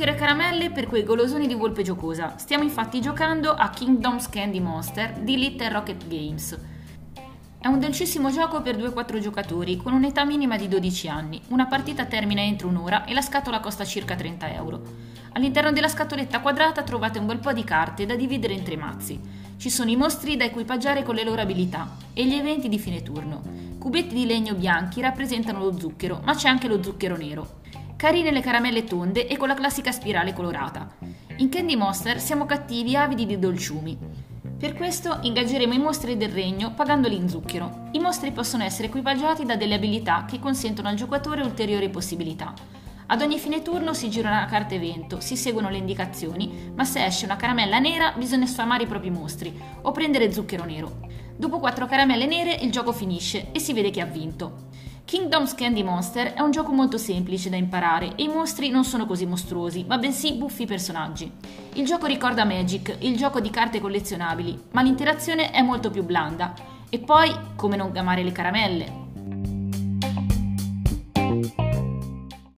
zucchero e caramelle per quei golosoni di volpe giocosa. Stiamo infatti giocando a Kingdoms Candy Monster di Little Rocket Games. È un dolcissimo gioco per 2-4 giocatori con un'età minima di 12 anni. Una partita termina entro un'ora e la scatola costa circa 30 euro. All'interno della scatoletta quadrata trovate un bel po' di carte da dividere in 3 mazzi. Ci sono i mostri da equipaggiare con le loro abilità e gli eventi di fine turno. Cubetti di legno bianchi rappresentano lo zucchero, ma c'è anche lo zucchero nero. Carine le caramelle tonde e con la classica spirale colorata. In Candy Monster siamo cattivi avidi di dolciumi. Per questo ingaggeremo i mostri del regno pagandoli in zucchero. I mostri possono essere equipaggiati da delle abilità che consentono al giocatore ulteriori possibilità. Ad ogni fine turno si gira una carta evento, si seguono le indicazioni, ma se esce una caramella nera bisogna sfamare i propri mostri o prendere zucchero nero. Dopo 4 caramelle nere il gioco finisce e si vede chi ha vinto. Kingdoms Candy Monster è un gioco molto semplice da imparare e i mostri non sono così mostruosi, ma bensì buffi personaggi. Il gioco ricorda Magic, il gioco di carte collezionabili, ma l'interazione è molto più blanda. E poi, come non amare le caramelle?